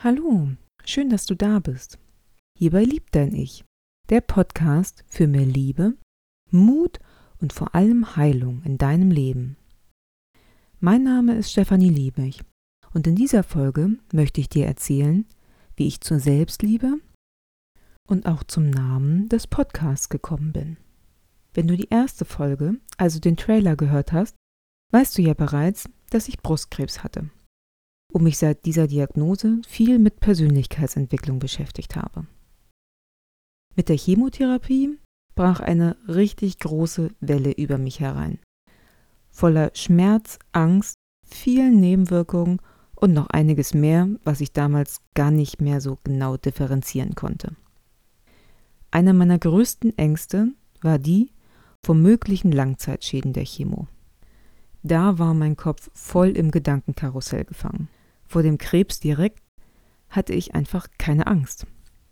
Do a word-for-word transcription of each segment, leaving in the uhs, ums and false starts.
Hallo, schön, dass du da bist. Hierbei liebt dein Ich, der Podcast für mehr Liebe, Mut und vor allem Heilung in deinem Leben. Mein Name ist Stefanie Liebig und in dieser Folge möchte ich dir erzählen, wie ich zur Selbstliebe und auch zum Namen des Podcasts gekommen bin. Wenn du die erste Folge, also den Trailer, gehört hast, weißt du ja bereits, dass ich Brustkrebs hatte und mich seit dieser Diagnose viel mit Persönlichkeitsentwicklung beschäftigt habe. Mit der Chemotherapie brach eine richtig große Welle über mich herein, voller Schmerz, Angst, vielen Nebenwirkungen und noch einiges mehr, was ich damals gar nicht mehr so genau differenzieren konnte. Einer meiner größten Ängste war die vor möglichen Langzeitschäden der Chemo. Da war mein Kopf voll im Gedankenkarussell gefangen. Vor dem Krebs direkt hatte ich einfach keine Angst.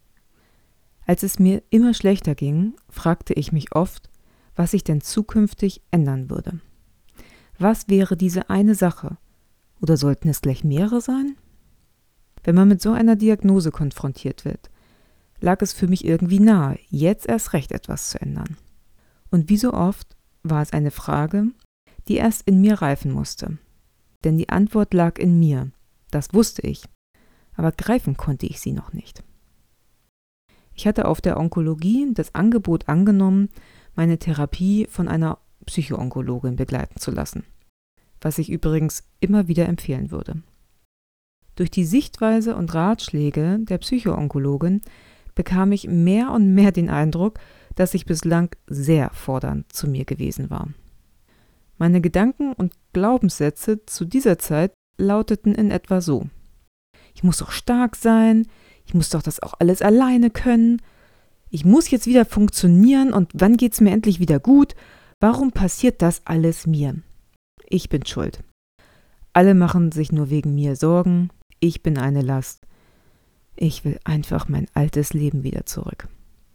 Als es mir immer schlechter ging, fragte ich mich oft, was ich denn zukünftig ändern würde. Was wäre diese eine Sache? Oder sollten es gleich mehrere sein? Wenn man mit so einer Diagnose konfrontiert wird, lag es für mich irgendwie nahe, jetzt erst recht etwas zu ändern. Und wie so oft war es eine Frage, die erst in mir reifen musste. Denn die Antwort lag in mir, das wusste ich, aber greifen konnte ich sie noch nicht. Ich hatte auf der Onkologie das Angebot angenommen, meine Therapie von einer Psychoonkologin begleiten zu lassen, was ich übrigens immer wieder empfehlen würde. Durch die Sichtweise und Ratschläge der Psychoonkologin bekam ich mehr und mehr den Eindruck, dass ich bislang sehr fordernd zu mir gewesen war. Meine Gedanken und Glaubenssätze zu dieser Zeit lauteten in etwa so: Ich muss doch stark sein, ich muss doch das auch alles alleine können, ich muss jetzt wieder funktionieren und wann geht's mir endlich wieder gut? Warum passiert das alles mir? Ich bin schuld. Alle machen sich nur wegen mir Sorgen, ich bin eine Last. Ich will einfach mein altes Leben wieder zurück.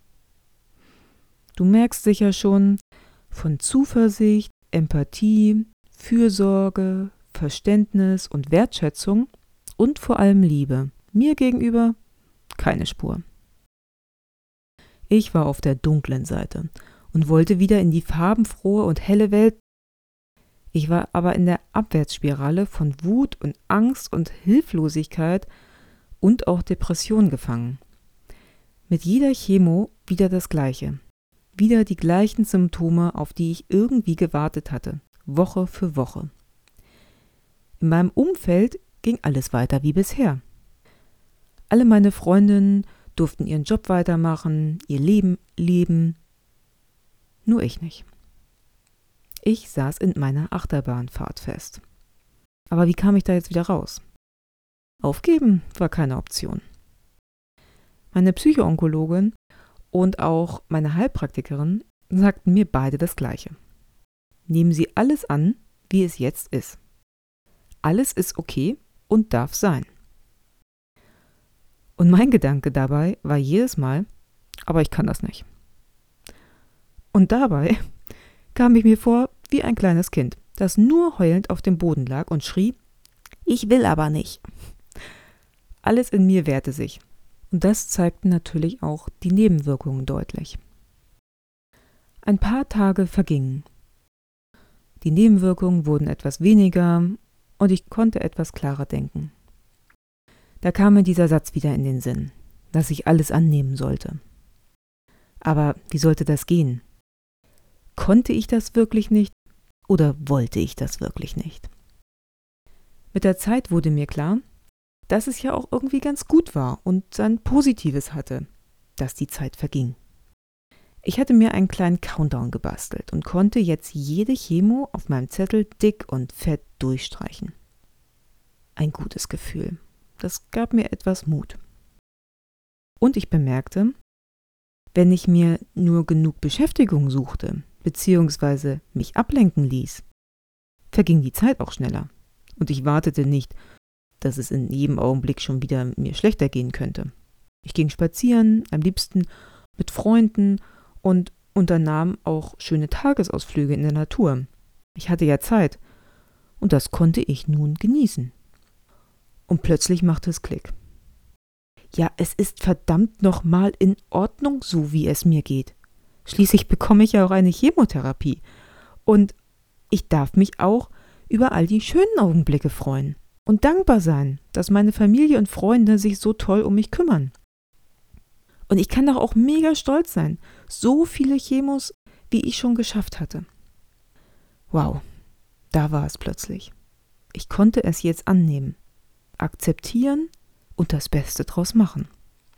Du merkst sicher schon, von Zuversicht, Empathie, Fürsorge, Verständnis und Wertschätzung und vor allem Liebe mir gegenüber keine Spur. Ich war auf der dunklen Seite und wollte wieder in die farbenfrohe und helle Welt. Ich war aber in der Abwärtsspirale von Wut und Angst und Hilflosigkeit und auch Depression gefangen. Mit jeder Chemo wieder das Gleiche. Wieder die gleichen Symptome, auf die ich irgendwie gewartet hatte, Woche für Woche. In meinem Umfeld ging alles weiter wie bisher. Alle meine Freundinnen durften ihren Job weitermachen, ihr Leben leben. Nur ich nicht. Ich saß in meiner Achterbahnfahrt fest. Aber wie kam ich da jetzt wieder raus? Aufgeben war keine Option. Meine Psychoonkologin und auch meine Heilpraktikerin sagten mir beide das Gleiche. Nehmen Sie alles an, wie es jetzt ist. Alles ist okay und darf sein. Und mein Gedanke dabei war jedes Mal, aber ich kann das nicht. Und dabei kam ich mir vor wie ein kleines Kind, das nur heulend auf dem Boden lag und schrie, ich will aber nicht. Alles in mir wehrte sich. Und das zeigten natürlich auch die Nebenwirkungen deutlich. Ein paar Tage vergingen. Die Nebenwirkungen wurden etwas weniger und ich konnte etwas klarer denken. Da kam mir dieser Satz wieder in den Sinn, dass ich alles annehmen sollte. Aber wie sollte das gehen? Konnte ich das wirklich nicht oder wollte ich das wirklich nicht? Mit der Zeit wurde mir klar, dass es ja auch irgendwie ganz gut war und sein Positives hatte, dass die Zeit verging. Ich hatte mir einen kleinen Countdown gebastelt und konnte jetzt jede Chemo auf meinem Zettel dick und fett durchstreichen. Ein gutes Gefühl. Das gab mir etwas Mut. Und ich bemerkte, wenn ich mir nur genug Beschäftigung suchte, beziehungsweise mich ablenken ließ, verging die Zeit auch schneller. Und ich wartete nicht, dass es in jedem Augenblick schon wieder mir schlechter gehen könnte. Ich ging spazieren, am liebsten mit Freunden und unternahm auch schöne Tagesausflüge in der Natur. Ich hatte ja Zeit und das konnte ich nun genießen. Und plötzlich machte es Klick. ja, es ist verdammt nochmal in Ordnung, so wie es mir geht. Schließlich bekomme ich ja auch eine Chemotherapie. Und ich darf mich auch über all die schönen Augenblicke freuen und dankbar sein, dass meine Familie und Freunde sich so toll um mich kümmern. Und ich kann doch auch mega stolz sein, so viele Chemos, wie ich schon geschafft hatte. Wow, da war es plötzlich. Ich konnte es jetzt annehmen, akzeptieren und das Beste draus machen.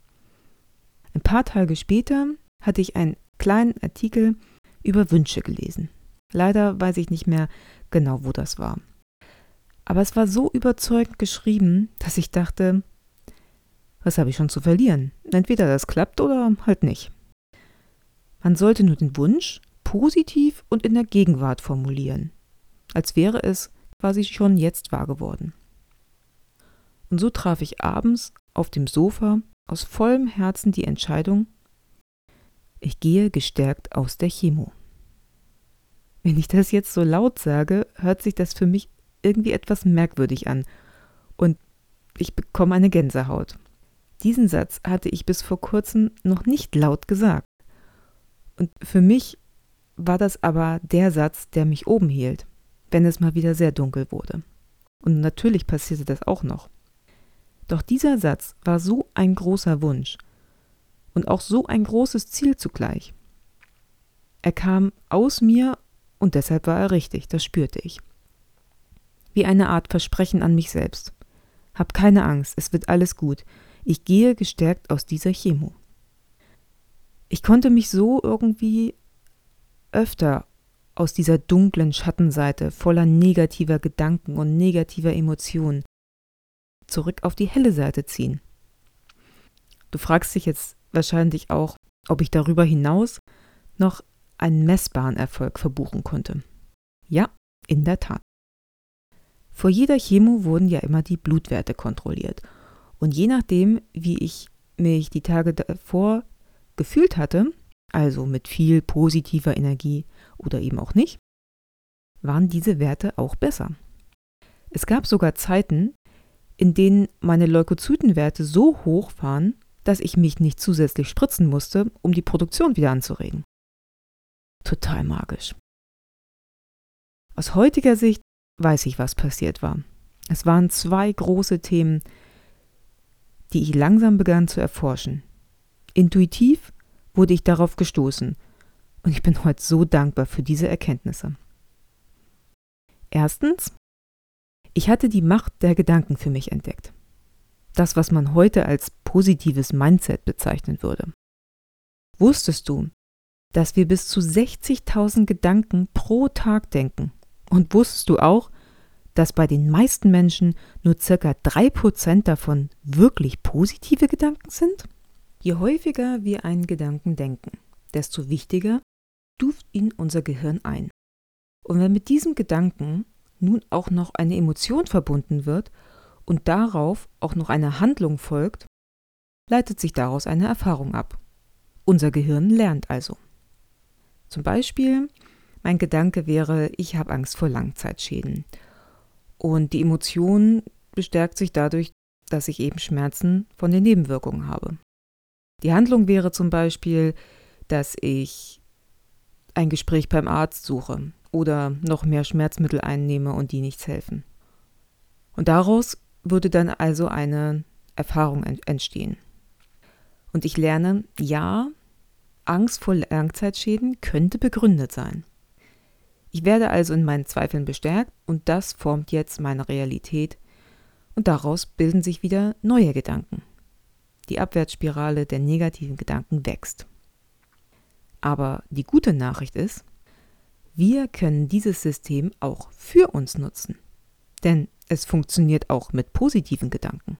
Ein paar Tage später hatte ich einen kleinen Artikel über Wünsche gelesen. Leider weiß ich nicht mehr genau, wo das war. Aber es war so überzeugend geschrieben, dass ich dachte, was habe ich schon zu verlieren? Entweder das klappt oder halt nicht. Man sollte nur den Wunsch positiv und in der Gegenwart formulieren, als wäre es quasi schon jetzt wahr geworden. Und so traf ich abends auf dem Sofa aus vollem Herzen die Entscheidung, ich gehe gestärkt aus der Chemo. Wenn ich das jetzt so laut sage, hört sich das für mich irgendwie etwas merkwürdig an und ich bekomme eine Gänsehaut. Diesen Satz hatte ich bis vor kurzem noch nicht laut gesagt. Und für mich war das aber der Satz, der mich oben hielt, wenn es mal wieder sehr dunkel wurde. Und natürlich passierte das auch noch. Doch dieser Satz war so ein großer Wunsch und auch so ein großes Ziel zugleich. Er kam aus mir und deshalb war er richtig, das spürte ich. Wie eine Art Versprechen an mich selbst. Hab keine Angst, es wird alles gut. Ich gehe gestärkt aus dieser Chemo. Ich konnte mich so irgendwie öfter aus dieser dunklen Schattenseite voller negativer Gedanken und negativer Emotionen zurück auf die helle Seite ziehen. Du fragst dich jetzt wahrscheinlich auch, ob ich darüber hinaus noch einen messbaren Erfolg verbuchen konnte. Ja, in der Tat. Vor jeder Chemo wurden ja immer die Blutwerte kontrolliert. Und je nachdem, wie ich mich die Tage davor gefühlt hatte, also mit viel positiver Energie oder eben auch nicht, waren diese Werte auch besser. Es gab sogar Zeiten, in denen meine Leukozytenwerte so hoch waren, dass ich mich nicht zusätzlich spritzen musste, um die Produktion wieder anzuregen. Total magisch. Aus heutiger Sicht weiß ich, was passiert war. Es waren zwei große Themen, die ich langsam begann zu erforschen. Intuitiv wurde ich darauf gestoßen und ich bin heute so dankbar für diese Erkenntnisse. Erstens, ich hatte die Macht der Gedanken für mich entdeckt. Das, was man heute als positives Mindset bezeichnen würde. Wusstest du, dass wir bis zu sechzigtausend Gedanken pro Tag denken? Und wusstest du auch, dass bei den meisten Menschen nur circa drei Prozent davon wirklich positive Gedanken sind? Je häufiger wir einen Gedanken denken, desto wichtiger stuft ihn unser Gehirn ein. Und wenn mit diesem Gedanken nun auch noch eine Emotion verbunden wird und darauf auch noch eine Handlung folgt, leitet sich daraus eine Erfahrung ab. Unser Gehirn lernt also. Zum Beispiel, mein Gedanke wäre, ich habe Angst vor Langzeitschäden. Und die Emotion bestärkt sich dadurch, dass ich eben Schmerzen von den Nebenwirkungen habe. Die Handlung wäre zum Beispiel, dass ich ein Gespräch beim Arzt suche oder noch mehr Schmerzmittel einnehme und die nichts helfen. Und daraus würde dann also eine Erfahrung entstehen. Und ich lerne, ja, Angst vor Langzeitschäden könnte begründet sein. Ich werde also in meinen Zweifeln bestärkt und das formt jetzt meine Realität und daraus bilden sich wieder neue Gedanken. Die Abwärtsspirale der negativen Gedanken wächst. Aber die gute Nachricht ist, wir können dieses System auch für uns nutzen, denn es funktioniert auch mit positiven Gedanken.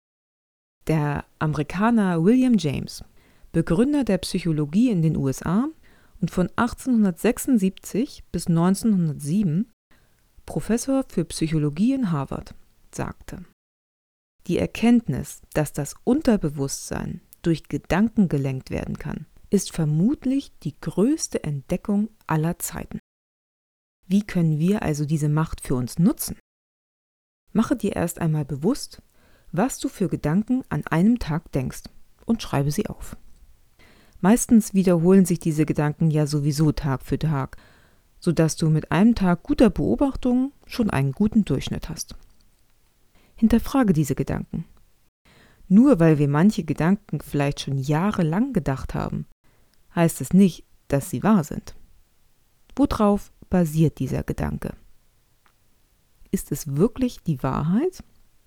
Der Amerikaner William James, Begründer der Psychologie in den U S A und von achtzehnhundertsechsundsiebzig bis neunzehnhundertsieben Professor für Psychologie in Harvard, sagte: Die Erkenntnis, dass das Unterbewusstsein durch Gedanken gelenkt werden kann, ist vermutlich die größte Entdeckung aller Zeiten. Wie können wir also diese Macht für uns nutzen? Mache dir erst einmal bewusst, was du für Gedanken an einem Tag denkst und schreibe sie auf. Meistens wiederholen sich diese Gedanken ja sowieso Tag für Tag, sodass du mit einem Tag guter Beobachtung schon einen guten Durchschnitt hast. Hinterfrage diese Gedanken. Nur weil wir manche Gedanken vielleicht schon jahrelang gedacht haben, heißt es nicht, dass sie wahr sind. Worauf basiert dieser Gedanke? Ist es wirklich die Wahrheit?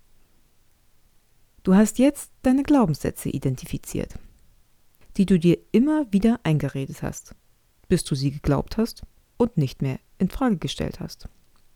Du hast jetzt deine Glaubenssätze identifiziert, die du dir immer wieder eingeredet hast, bis du sie geglaubt hast und nicht mehr in Frage gestellt hast.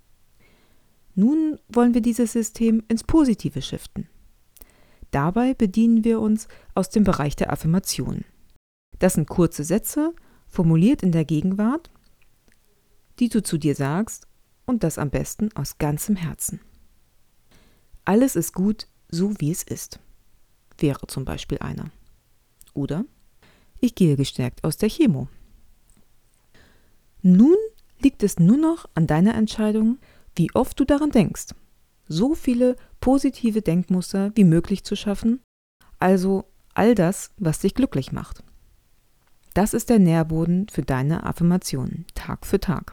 Nun wollen wir dieses System ins Positive shiften. Dabei bedienen wir uns aus dem Bereich der Affirmationen. Das sind kurze Sätze, formuliert in der Gegenwart, die du zu dir sagst und das am besten aus ganzem Herzen. Alles ist gut, so wie es ist, wäre zum Beispiel einer. Oder ich gehe gestärkt aus der Chemo. Nun liegt es nur noch an deiner Entscheidung, wie oft du daran denkst, so viele positive Denkmuster wie möglich zu schaffen, also all das, was dich glücklich macht. Das ist der Nährboden für deine Affirmationen, Tag für Tag.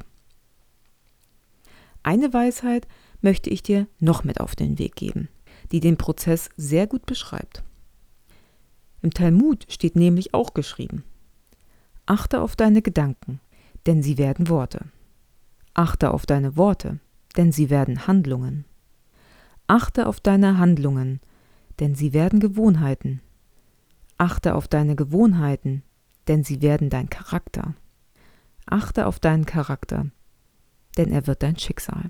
Eine Weisheit möchte ich dir noch mit auf den Weg geben, die den Prozess sehr gut beschreibt. Im Talmud steht nämlich auch geschrieben: Achte auf deine Gedanken, denn sie werden Worte. Achte auf deine Worte, denn sie werden Handlungen. Achte auf deine Handlungen, denn sie werden Gewohnheiten. Achte auf deine Gewohnheiten, denn sie werden dein Charakter. Achte auf deinen Charakter, denn er wird dein Schicksal.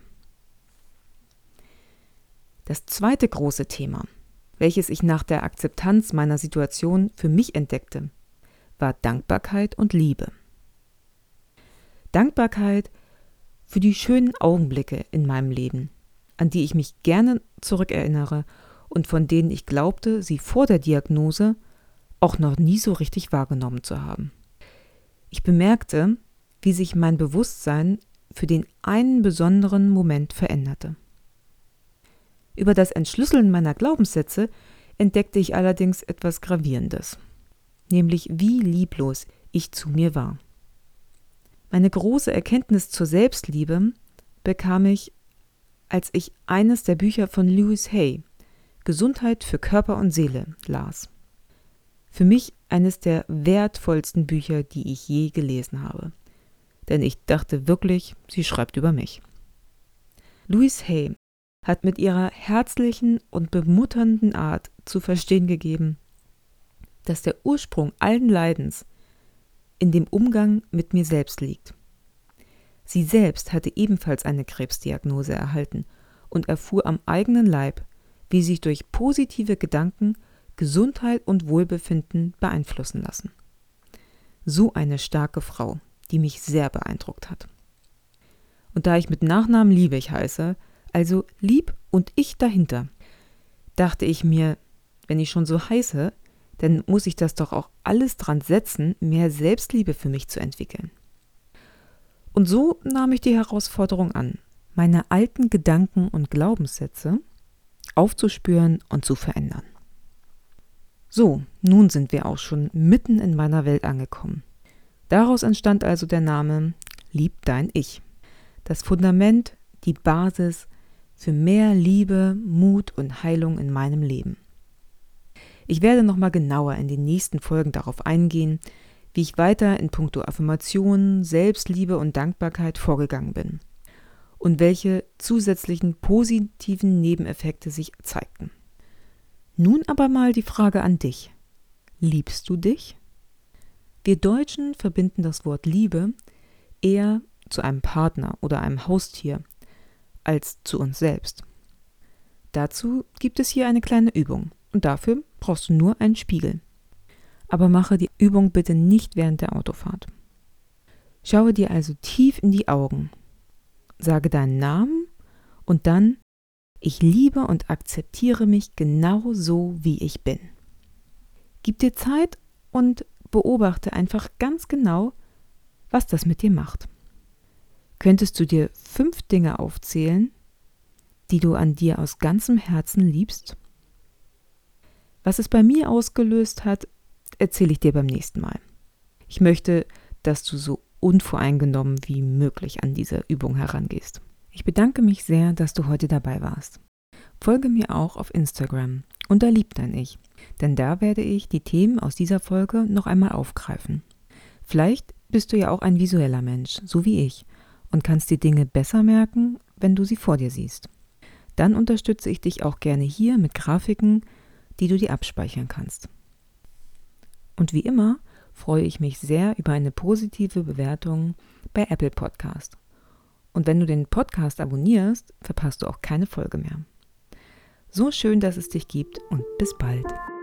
Das zweite große Thema, welches ich nach der Akzeptanz meiner Situation für mich entdeckte, war Dankbarkeit und Liebe. Dankbarkeit für die schönen Augenblicke in meinem Leben, an die ich mich gerne zurückerinnere und von denen ich glaubte, sie vor der Diagnose auch noch nie so richtig wahrgenommen zu haben. Ich bemerkte, wie sich mein Bewusstsein für den einen besonderen Moment veränderte. Über das Entschlüsseln meiner Glaubenssätze entdeckte ich allerdings etwas Gravierendes, nämlich wie lieblos ich zu mir war. Meine große Erkenntnis zur Selbstliebe bekam ich, als ich eines der Bücher von Louise Hay, Gesundheit für Körper und Seele, las. Für mich eines der wertvollsten Bücher, die ich je gelesen habe. Denn ich dachte wirklich, sie schreibt über mich. Louise Hay hat mit ihrer herzlichen und bemutternden Art zu verstehen gegeben, dass der Ursprung allen Leidens in dem Umgang mit mir selbst liegt. Sie selbst hatte ebenfalls eine Krebsdiagnose erhalten und erfuhr am eigenen Leib, wie sich durch positive Gedanken Gesundheit und Wohlbefinden beeinflussen lassen. So eine starke Frau, die mich sehr beeindruckt hat. Und da ich mit Nachnamen Liebig heiße, also Lieb und ich dahinter, dachte ich mir, wenn ich schon so heiße, dann muss ich das doch auch alles dran setzen, mehr Selbstliebe für mich zu entwickeln. Und so nahm ich die Herausforderung an, meine alten Gedanken und Glaubenssätze aufzuspüren und zu verändern. So, nun sind wir auch schon mitten in meiner Welt angekommen. Daraus entstand also der Name Lieb dein Ich. Das Fundament, die Basis für mehr Liebe, Mut und Heilung in meinem Leben. Ich werde nochmal genauer in den nächsten Folgen darauf eingehen, wie ich weiter in puncto Affirmationen, Selbstliebe und Dankbarkeit vorgegangen bin und welche zusätzlichen positiven Nebeneffekte sich zeigten. Nun aber mal die Frage an dich. Liebst du dich? Wir Deutschen verbinden das Wort Liebe eher zu einem Partner oder einem Haustier als zu uns selbst. Dazu gibt es hier eine kleine Übung und dafür brauchst du nur einen Spiegel. Aber mache die Übung bitte nicht während der Autofahrt. Schaue dir also tief in die Augen, sage deinen Namen und dann: Ich liebe und akzeptiere mich genau so, wie ich bin. Gib dir Zeit und beobachte einfach ganz genau, was das mit dir macht. Könntest du dir fünf Dinge aufzählen, die du an dir aus ganzem Herzen liebst? Was es bei mir ausgelöst hat, erzähle ich dir beim nächsten Mal. Ich möchte, dass du so unvoreingenommen wie möglich an diese Übung herangehst. Ich bedanke mich sehr, dass du heute dabei warst. Folge mir auch auf Instagram unter Lieb dein Ich, denn da werde ich die Themen aus dieser Folge noch einmal aufgreifen. Vielleicht bist du ja auch ein visueller Mensch, so wie ich, und kannst die Dinge besser merken, wenn du sie vor dir siehst. Dann unterstütze ich dich auch gerne hier mit Grafiken, die du dir abspeichern kannst. Und wie immer freue ich mich sehr über eine positive Bewertung bei Apple Podcast. Und wenn du den Podcast abonnierst, verpasst du auch keine Folge mehr. So schön, dass es dich gibt und bis bald.